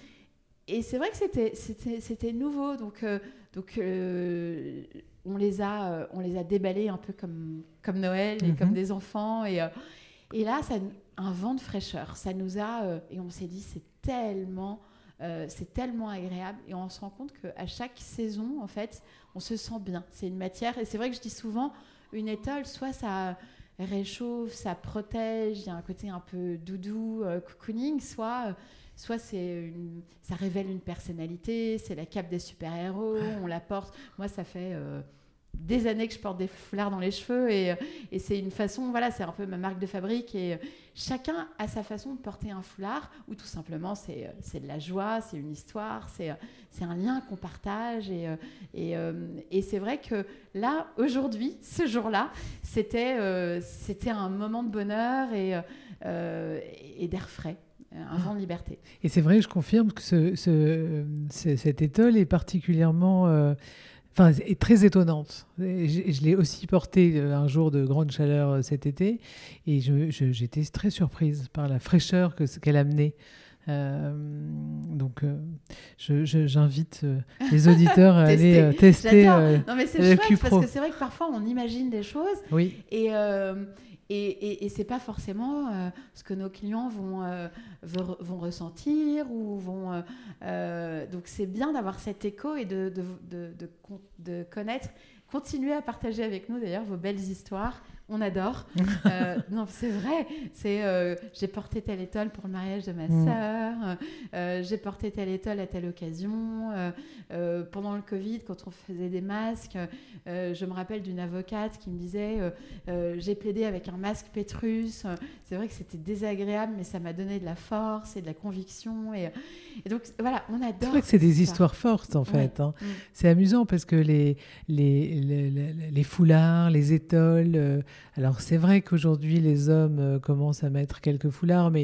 Et c'est vrai que c'était, c'était, c'était nouveau, donc, euh, donc euh, on, les a, euh, on les a déballés un peu comme, comme Noël et mm-hmm. comme des enfants. Et, euh, et là, ça, un vent de fraîcheur, ça nous a... Euh, et on s'est dit, c'est tellement, euh, c'est tellement agréable. Et on se rend compte qu'à chaque saison, en fait, on se sent bien. C'est une matière... Et c'est vrai que je dis souvent, une étole, soit ça réchauffe, ça protège, il y a un côté un peu doudou, euh, cocooning, soit... Euh, Soit c'est une, ça révèle une personnalité, c'est la cape des super-héros, on la porte. Moi, ça fait euh, des années que je porte des foulards dans les cheveux et, et c'est une façon, voilà, c'est un peu ma marque de fabrique et chacun a sa façon de porter un foulard ou tout simplement c'est, c'est de la joie, c'est une histoire, c'est, c'est un lien qu'on partage et, et, et c'est vrai que là, aujourd'hui, ce jour-là, c'était, euh, c'était un moment de bonheur et, euh, et d'air frais. Un vent de liberté. Et c'est vrai, je confirme que ce, ce, ce, cette étole est particulièrement... Euh, enfin, est très étonnante. Et je, je l'ai aussi portée un jour de grande chaleur cet été et je, je, j'étais très surprise par la fraîcheur que, qu'elle amenait. Euh, donc, euh, je, je, j'invite euh, les auditeurs à aller euh, tester euh, non, mais c'est le chouette Cupro. Parce que c'est vrai que parfois, on imagine des choses oui. et... Euh, Et, et, et ce n'est pas forcément euh, ce que nos clients vont, euh, vont ressentir. Ou vont, euh, euh, donc, c'est bien d'avoir cet écho et de, de, de, de, de connaître. Continuez à partager avec nous, d'ailleurs, vos belles histoires. On adore. euh, non, c'est vrai. C'est, euh, j'ai porté telle étole pour le mariage de ma mmh. sœur. Euh, j'ai porté telle étole à telle occasion. Euh, euh, pendant le Covid, quand on faisait des masques, euh, je me rappelle d'une avocate qui me disait euh, euh, j'ai plaidé avec un masque Pétrus. C'est vrai que c'était désagréable, mais ça m'a donné de la force et de la conviction. Et, et donc, voilà, on adore. C'est vrai que c'est des histoires fortes, en fait. Ouais. Hein. Mmh. C'est amusant parce que les, les, les, les, les foulards, les étoles... Euh, alors, c'est vrai qu'aujourd'hui, les hommes euh, commencent à mettre quelques foulards, mais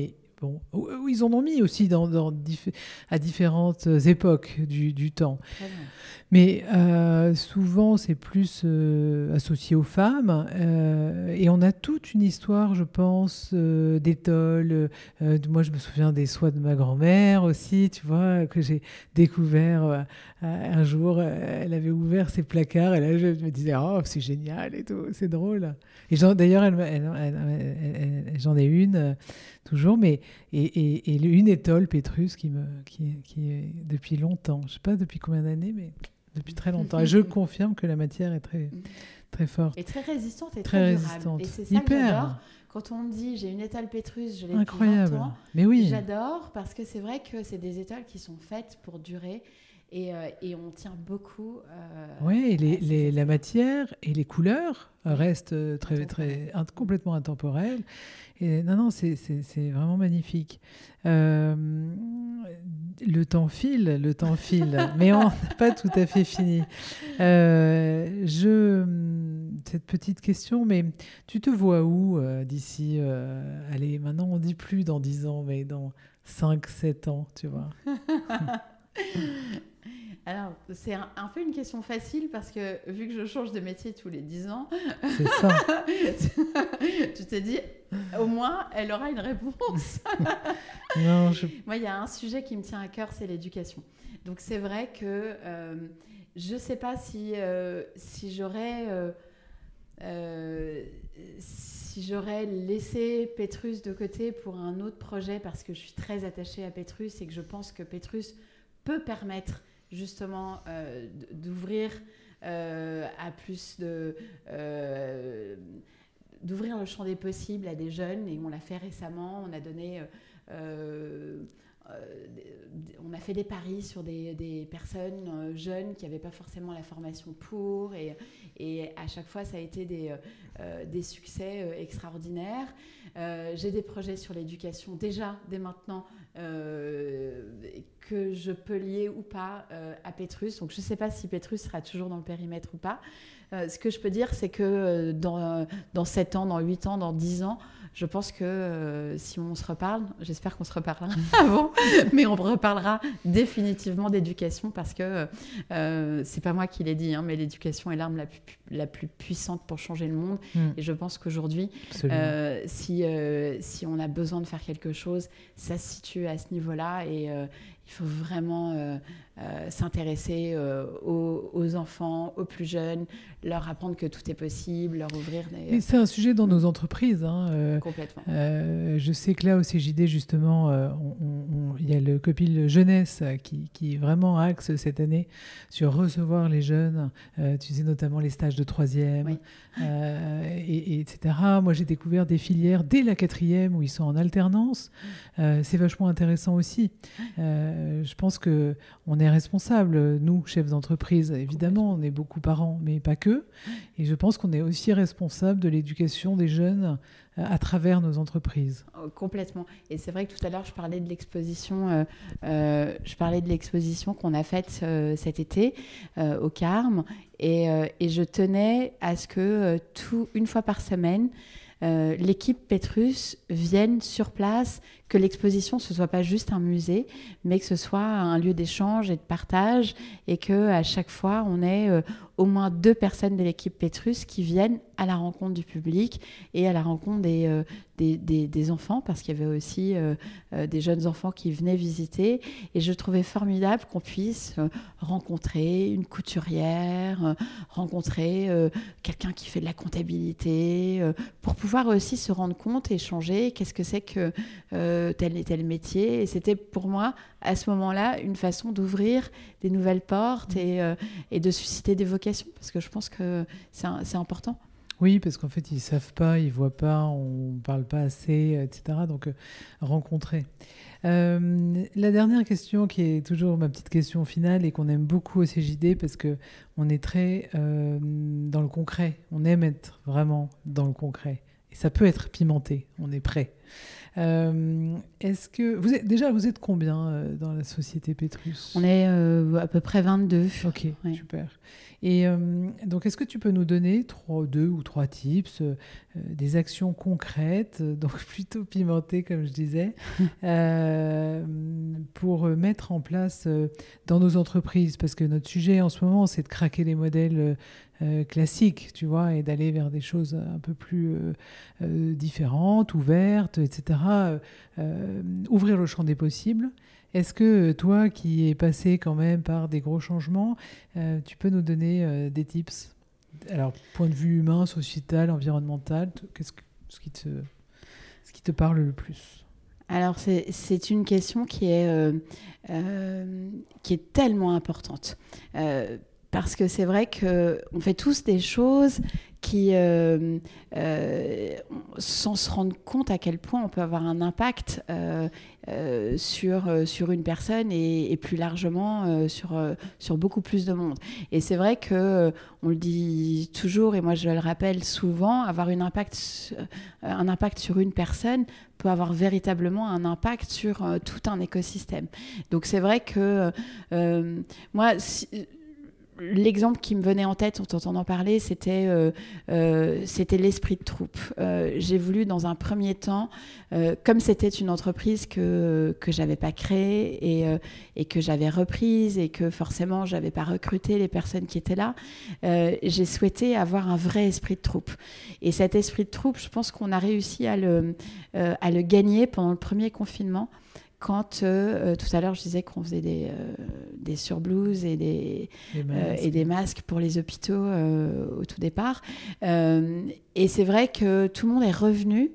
bon, où ils en ont mis aussi dans, dans diff- à différentes époques du, du temps. Mais euh, souvent, c'est plus euh, associé aux femmes. Euh, et on a toute une histoire, je pense, euh, d'étole. Euh, moi, je me souviens des soies de ma grand-mère aussi, tu vois, que j'ai découvert euh, un jour. Elle avait ouvert ses placards et là, je me disais, oh, c'est génial et tout, c'est drôle. Et j'en, d'ailleurs, elle, elle, elle, elle, elle, j'en ai une euh, toujours, mais et, et, et une étole Pétrus qui me, qui, qui est depuis longtemps. Je ne sais pas depuis combien d'années, mais depuis très longtemps. Et je confirme que la matière est très, très forte. Et très résistante et très, très résistante. durable. Et c'est ça Hyper. que j'adore. Quand on me dit j'ai une étole Pétrus, je l'ai Incroyable. depuis vingt ans. Mais oui. J'adore parce que c'est vrai que c'est des étoiles qui sont faites pour durer. Et, euh, et on tient beaucoup. Euh, oui, les, les, la matière et les couleurs restent très, très, in, complètement intemporelles. Et non, non, c'est, c'est, c'est vraiment magnifique. Euh, le temps file, le temps file, mais on n'a pas tout à fait fini. Euh, je, cette petite question, mais tu te vois où euh, d'ici euh, allez, maintenant on ne dit plus dans dix ans, mais dans cinq sept ans, tu vois. Alors, c'est un, un peu une question facile parce que vu que je change de métier tous les dix ans, c'est ça. tu t'es dit, au moins, elle aura une réponse. Non, je... Moi, il y a un sujet qui me tient à cœur, c'est l'éducation. Donc, c'est vrai que euh, je ne sais pas si, euh, si j'aurais... Euh, euh, si j'aurais laissé Pétrus de côté pour un autre projet parce que je suis très attachée à Pétrus et que je pense que Pétrus peut permettre justement euh, d'ouvrir euh, à plus de euh, d'ouvrir le champ des possibles à des jeunes, et on l'a fait récemment. On a donné euh, euh, on a fait des paris sur des, des personnes euh, jeunes qui n'avaient pas forcément la formation pour, et, et à chaque fois ça a été des, euh, des succès euh, extraordinaires. Euh, j'ai des projets sur l'éducation déjà dès maintenant euh, que je peux lier ou pas euh, à Pétrus. Donc je ne sais pas si Pétrus sera toujours dans le périmètre ou pas. Euh, ce que je peux dire, c'est que euh, dans, dans sept ans, dans huit ans, dans dix ans, je pense que euh, si on se reparle, j'espère qu'on se reparlera avant, mais on reparlera définitivement d'éducation parce que euh, c'est pas moi qui l'ai dit, hein, mais l'éducation est l'arme la plus, la plus puissante pour changer le monde. Mm. Et je pense qu'aujourd'hui, euh, si, euh, si on a besoin de faire quelque chose, ça se situe à ce niveau-là, et euh, il faut vraiment euh, euh, s'intéresser euh, aux, aux enfants, aux plus jeunes, leur apprendre que tout est possible, leur ouvrir des... Et c'est un sujet dans nos entreprises. Hein. Euh, Complètement. Euh, je sais que là, au C J D, justement, il y a le COPIL Jeunesse qui, qui vraiment axe cette année sur recevoir les jeunes, euh, tu sais, notamment les stages de troisième, oui. euh, et, et etc. Moi, j'ai découvert des filières dès la quatrième où ils sont en alternance. Euh, c'est vachement intéressant aussi. Euh, je pense qu'on est responsable, nous, chefs d'entreprise. Évidemment, on est beaucoup parents, mais pas que. Et je pense qu'on est aussi responsable de l'éducation des jeunes à travers nos entreprises. Complètement. Et c'est vrai que tout à l'heure, je parlais de l'exposition, euh, euh, je parlais de l'exposition qu'on a faite euh, cet été euh, au Carme, et, euh, et je tenais à ce que euh, tout, une fois par semaine, euh, l'équipe Pétrus vienne sur place, que l'exposition ce soit pas juste un musée, mais que ce soit un lieu d'échange et de partage, et que à chaque fois on ait euh, au moins deux personnes de l'équipe Pétrus qui viennent à la rencontre du public et à la rencontre des, euh, des, des, des enfants, parce qu'il y avait aussi euh, euh, des jeunes enfants qui venaient visiter. Et je trouvais formidable qu'on puisse euh, rencontrer une couturière, euh, rencontrer euh, quelqu'un qui fait de la comptabilité, euh, pour pouvoir aussi se rendre compte, échanger, qu'est-ce que c'est que euh, tel et tel métier. Et c'était pour moi, à ce moment-là, une façon d'ouvrir des nouvelles portes et, euh, et de susciter des vocations, parce que je pense que c'est, un, c'est important. Oui, parce qu'en fait, ils ne savent pas, ils ne voient pas, on ne parle pas assez, et cetera. Donc, euh, rencontrer. Euh, la dernière question, qui est toujours ma petite question finale et qu'on aime beaucoup au C J D, parce qu'on est très euh, dans le concret. On aime être vraiment dans le concret. Et ça peut être pimenté, on est prêt. Euh, est-ce que vous êtes, déjà, vous êtes combien euh, dans la société Petrus ? On est euh, à peu près vingt-deux. Ok, ouais. Super. Et euh, donc, est-ce que tu peux nous donner trois, deux ou trois tips, euh, des actions concrètes, donc plutôt pimentées, comme je disais, euh, pour mettre en place euh, dans nos entreprises ? Parce que notre sujet en ce moment, c'est de craquer les modèles euh, classiques, tu vois, et d'aller vers des choses un peu plus euh, euh, différentes, ouvertes, et cetera. Euh, ouvrir le champ des possibles. Est-ce que toi, qui es passé quand même par des gros changements, euh, tu peux nous donner euh, des tips ? Alors, point de vue humain, sociétal, environnemental, t- qu'est-ce que, ce, qui te, ce qui te parle le plus ? Alors, c'est, c'est une question qui est, euh, euh, qui est tellement importante. Euh, parce que c'est vrai qu'on fait tous des choses qui, euh, euh, sans se rendre compte à quel point on peut avoir un impact euh, euh, sur, euh, sur une personne et, et plus largement euh, sur, euh, sur beaucoup plus de monde. Et c'est vrai qu'on euh, le dit toujours, et moi je le rappelle souvent, avoir une impact, euh, un impact sur une personne peut avoir véritablement un impact sur euh, tout un écosystème. Donc c'est vrai que euh, moi... Si, l'exemple qui me venait en tête en t'entendant parler, c'était, euh, euh, c'était l'esprit de troupe. Euh, j'ai voulu, dans un premier temps, euh, comme c'était une entreprise que, que je n'avais pas créée et, euh, et que j'avais reprise et que forcément, je n'avais pas recruté les personnes qui étaient là, euh, j'ai souhaité avoir un vrai esprit de troupe. Et cet esprit de troupe, je pense qu'on a réussi à le, euh, à le gagner pendant le premier confinement. Quand euh, tout à l'heure je disais qu'on faisait des, euh, des surblouses et des, euh, et des masques pour les hôpitaux euh, au tout départ. Euh, et c'est vrai que tout le monde est revenu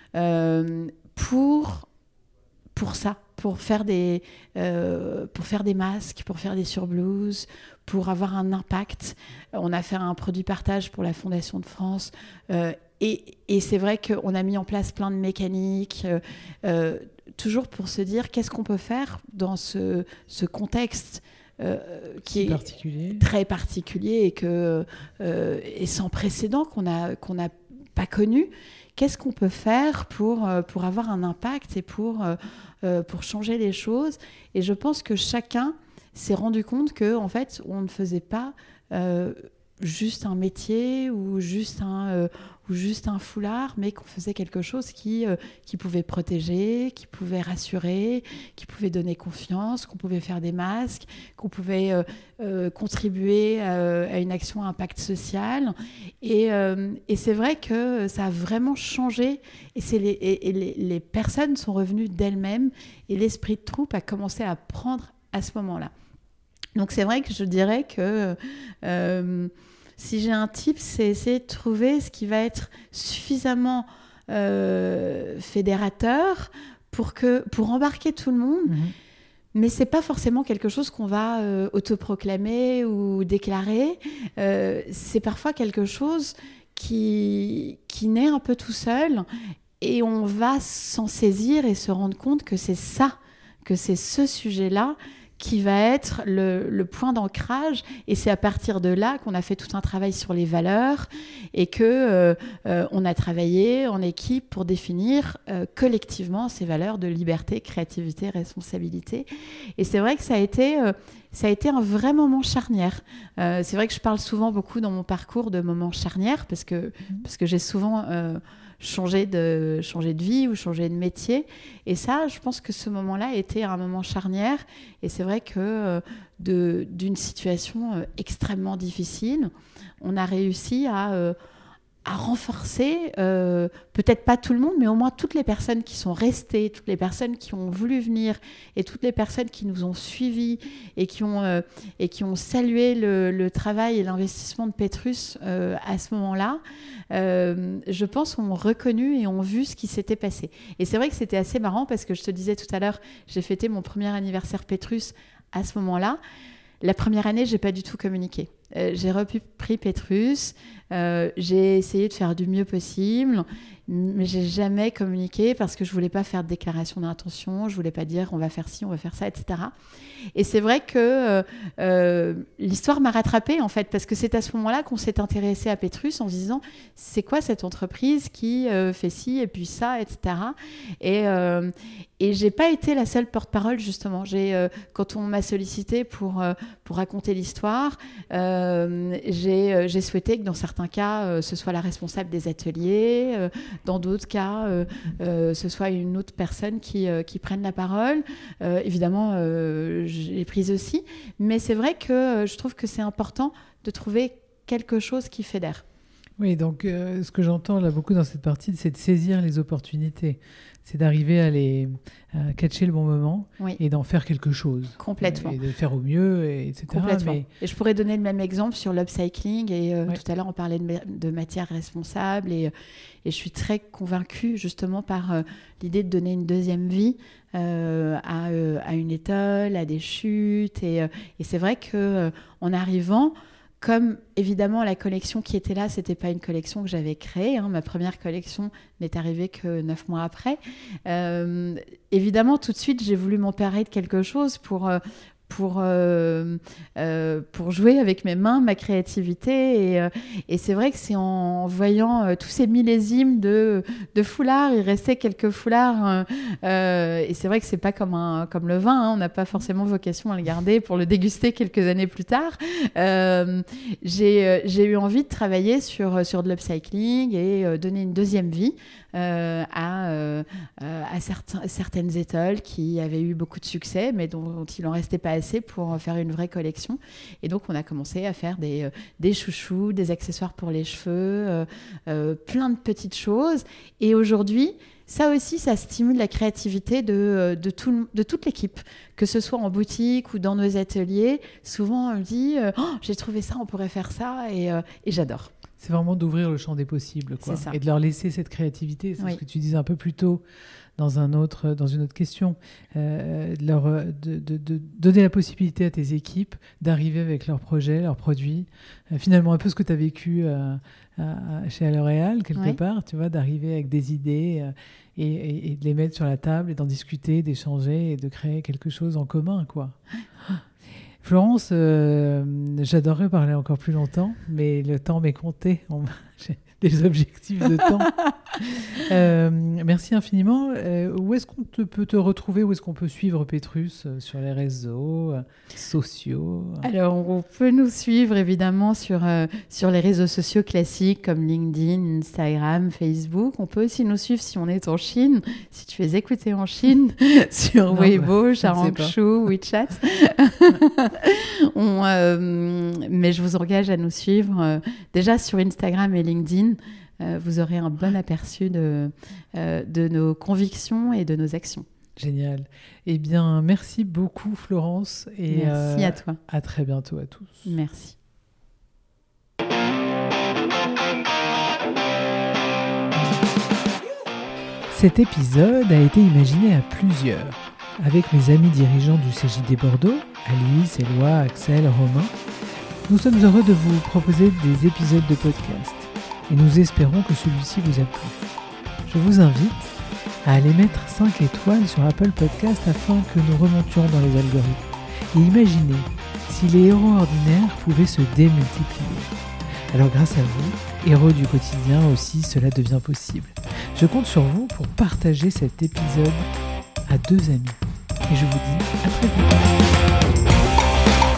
euh, pour, pour ça, pour faire, des, euh, pour faire des masques, pour faire des surblouses, pour avoir un impact. On a fait un produit partage pour la Fondation de France. Euh, et, et c'est vrai qu'on a mis en place plein de mécaniques, euh, euh, toujours pour se dire qu'est-ce qu'on peut faire dans ce, ce contexte euh, qui est particulier. très particulier et, que, euh, et sans précédent qu'on a, qu'on n'a pas connu. Qu'est-ce qu'on peut faire pour, pour avoir un impact et pour, euh, pour changer les choses ? Et je pense que chacun s'est rendu compte qu'en fait, on ne faisait pas euh, juste un métier ou juste un... Euh, ou juste un foulard, mais qu'on faisait quelque chose qui, euh, qui pouvait protéger, qui pouvait rassurer, qui pouvait donner confiance, qu'on pouvait faire des masques, qu'on pouvait euh, euh, contribuer euh, à une action à impact social. Et, euh, et c'est vrai que ça a vraiment changé. Et, c'est les, et, et les, les personnes sont revenues d'elles-mêmes et l'esprit de troupe a commencé à prendre à ce moment-là. Donc c'est vrai que je dirais que... Euh, Si j'ai un tip, c'est essayer de trouver ce qui va être suffisamment euh, fédérateur pour, que, pour embarquer tout le monde. Mmh. Mais ce n'est pas forcément quelque chose qu'on va euh, autoproclamer ou déclarer. Euh, c'est parfois quelque chose qui, qui naît un peu tout seul et on va s'en saisir et se rendre compte que c'est ça, que c'est ce sujet-là qui va être le, le point d'ancrage. Et c'est à partir de là qu'on a fait tout un travail sur les valeurs et qu'on euh, euh, a travaillé en équipe pour définir euh, collectivement ces valeurs de liberté, créativité, responsabilité. Et c'est vrai que ça a été, euh, ça a été un vrai moment charnière. Euh, c'est vrai que je parle souvent beaucoup dans mon parcours de moments charnières parce que, parce que j'ai souvent... Euh, changer de, changer de vie ou changer de métier. Et ça, je pense que ce moment-là était un moment charnière. Et c'est vrai que euh, de, d'une situation euh, extrêmement difficile, on a réussi à, euh, à renforcer, euh, peut-être pas tout le monde, mais au moins toutes les personnes qui sont restées, toutes les personnes qui ont voulu venir et toutes les personnes qui nous ont suivis et qui ont, euh, et qui ont salué le, le travail et l'investissement de Petrus euh, à ce moment-là. Euh, je pense ont reconnu et ont vu ce qui s'était passé. Et c'est vrai que c'était assez marrant parce que je te disais tout à l'heure, j'ai fêté mon premier anniversaire Petrus à ce moment-là. La première année, je n'ai pas du tout communiqué. Euh, j'ai repris Petrus, euh, j'ai essayé de faire du mieux possible mais j'ai jamais communiqué parce que je voulais pas faire de déclaration d'intention, je voulais pas dire on va faire ci, on va faire ça, et cetera. Et c'est vrai que euh, euh, l'histoire m'a rattrapée en fait, parce que c'est à ce moment-là qu'on s'est intéressé à Petrus en se disant c'est quoi cette entreprise qui euh, fait ci et puis ça, et cetera. Et, euh, et j'ai pas été la seule porte-parole justement. J'ai, euh, quand on m'a sollicité pour, euh, pour raconter l'histoire, euh, j'ai, euh, j'ai souhaité que dans certains cas, euh, ce soit la responsable des ateliers, euh, dans d'autres cas, euh, euh, ce soit une autre personne qui, euh, qui prenne la parole. Euh, évidemment, euh, je l'ai prise aussi, mais c'est vrai que euh, je trouve que c'est important de trouver quelque chose qui fédère. Oui, donc euh, ce que j'entends là beaucoup dans cette partie, c'est de saisir les opportunités. C'est d'arriver à les à catcher le bon moment oui. et d'en faire quelque chose. Complètement. Et de faire au mieux, et, etc. Complètement. Mais... Et je pourrais donner le même exemple sur l'upcycling. Et euh, ouais. tout à l'heure, on parlait de, de matières responsables. Et, et je suis très convaincue justement par euh, l'idée de donner une deuxième vie euh, à, euh, à une étole, à des chutes. Et, euh, et c'est vrai qu'en euh, arrivant... Comme évidemment la collection qui était là, c'était pas une collection que j'avais créée. Hein. Ma première collection n'est arrivée que neuf mois après. Euh, évidemment, tout de suite, j'ai voulu m'emparer de quelque chose pour euh, pour euh, euh, pour jouer avec mes mains, ma créativité. Et, euh, et c'est vrai que c'est en voyant euh, tous ces millésimes de de foulards, il restait quelques foulards. Euh, et c'est vrai que c'est pas comme un comme le vin. Hein. On n'a pas forcément vocation à le garder pour le déguster quelques années plus tard. Euh, j'ai, j'ai eu envie de travailler sur, sur de l'upcycling et euh, donner une deuxième vie euh, à, euh, à certains, certaines étoiles qui avaient eu beaucoup de succès, mais dont, dont il n'en restait pas assez pour faire une vraie collection. Et donc, on a commencé à faire des, des chouchous, des accessoires pour les cheveux, euh, euh, plein de petites choses. Et aujourd'hui, ça aussi, ça stimule la créativité de, de, tout, de toute l'équipe, que ce soit en boutique ou dans nos ateliers. Souvent, on me dit oh, « j'ai trouvé ça, on pourrait faire ça » et, euh, et j'adore. C'est vraiment d'ouvrir le champ des possibles, quoi, et de leur laisser cette créativité. C'est oui. ce que tu disais un peu plus tôt dans, un autre, dans une autre question, euh, de, leur, de, de, de donner la possibilité à tes équipes d'arriver avec leurs projets, leurs produits. Euh, finalement, un peu ce que tu as vécu euh, à, chez L'Oréal, quelque oui. part, tu vois, d'arriver avec des idées euh, et, et, et de les mettre sur la table et d'en discuter, d'échanger et de créer quelque chose en commun, quoi. Florence, euh, j'adorerais parler encore plus longtemps, mais le temps m'est compté. On... J'ai des objectifs de temps. euh, merci infiniment. Euh, où est-ce qu'on te, peut te retrouver? Où est-ce qu'on peut suivre Petrus euh, sur les réseaux euh, sociaux? Alors, on peut nous suivre évidemment sur, euh, sur les réseaux sociaux classiques comme LinkedIn, Instagram, Facebook. On peut aussi nous suivre si on est en Chine, si tu es écouté en Chine, sur non, Weibo, bah, Sharangshu, WeChat. on, euh, mais je vous engage à nous suivre euh, déjà sur Instagram et LinkedIn. Euh, vous aurez un bon aperçu de, euh, de nos convictions et de nos actions. Génial. Eh bien, merci beaucoup Florence. Et merci euh, à toi. À très bientôt à tous. Merci. Cet épisode a été imaginé à plusieurs, avec mes amis dirigeants du C J D Bordeaux, Alice, Éloi, Axel, Romain. Nous sommes heureux de vous proposer des épisodes de podcast et nous espérons que celui-ci vous a plu. Je vous invite à aller mettre cinq étoiles sur Apple Podcast afin que nous remontions dans les algorithmes. Et imaginez si les héros ordinaires pouvaient se démultiplier. Alors grâce à vous, héros du quotidien aussi, cela devient possible. Je compte sur vous pour partager cet épisode à deux amis. Et je vous dis à très vite.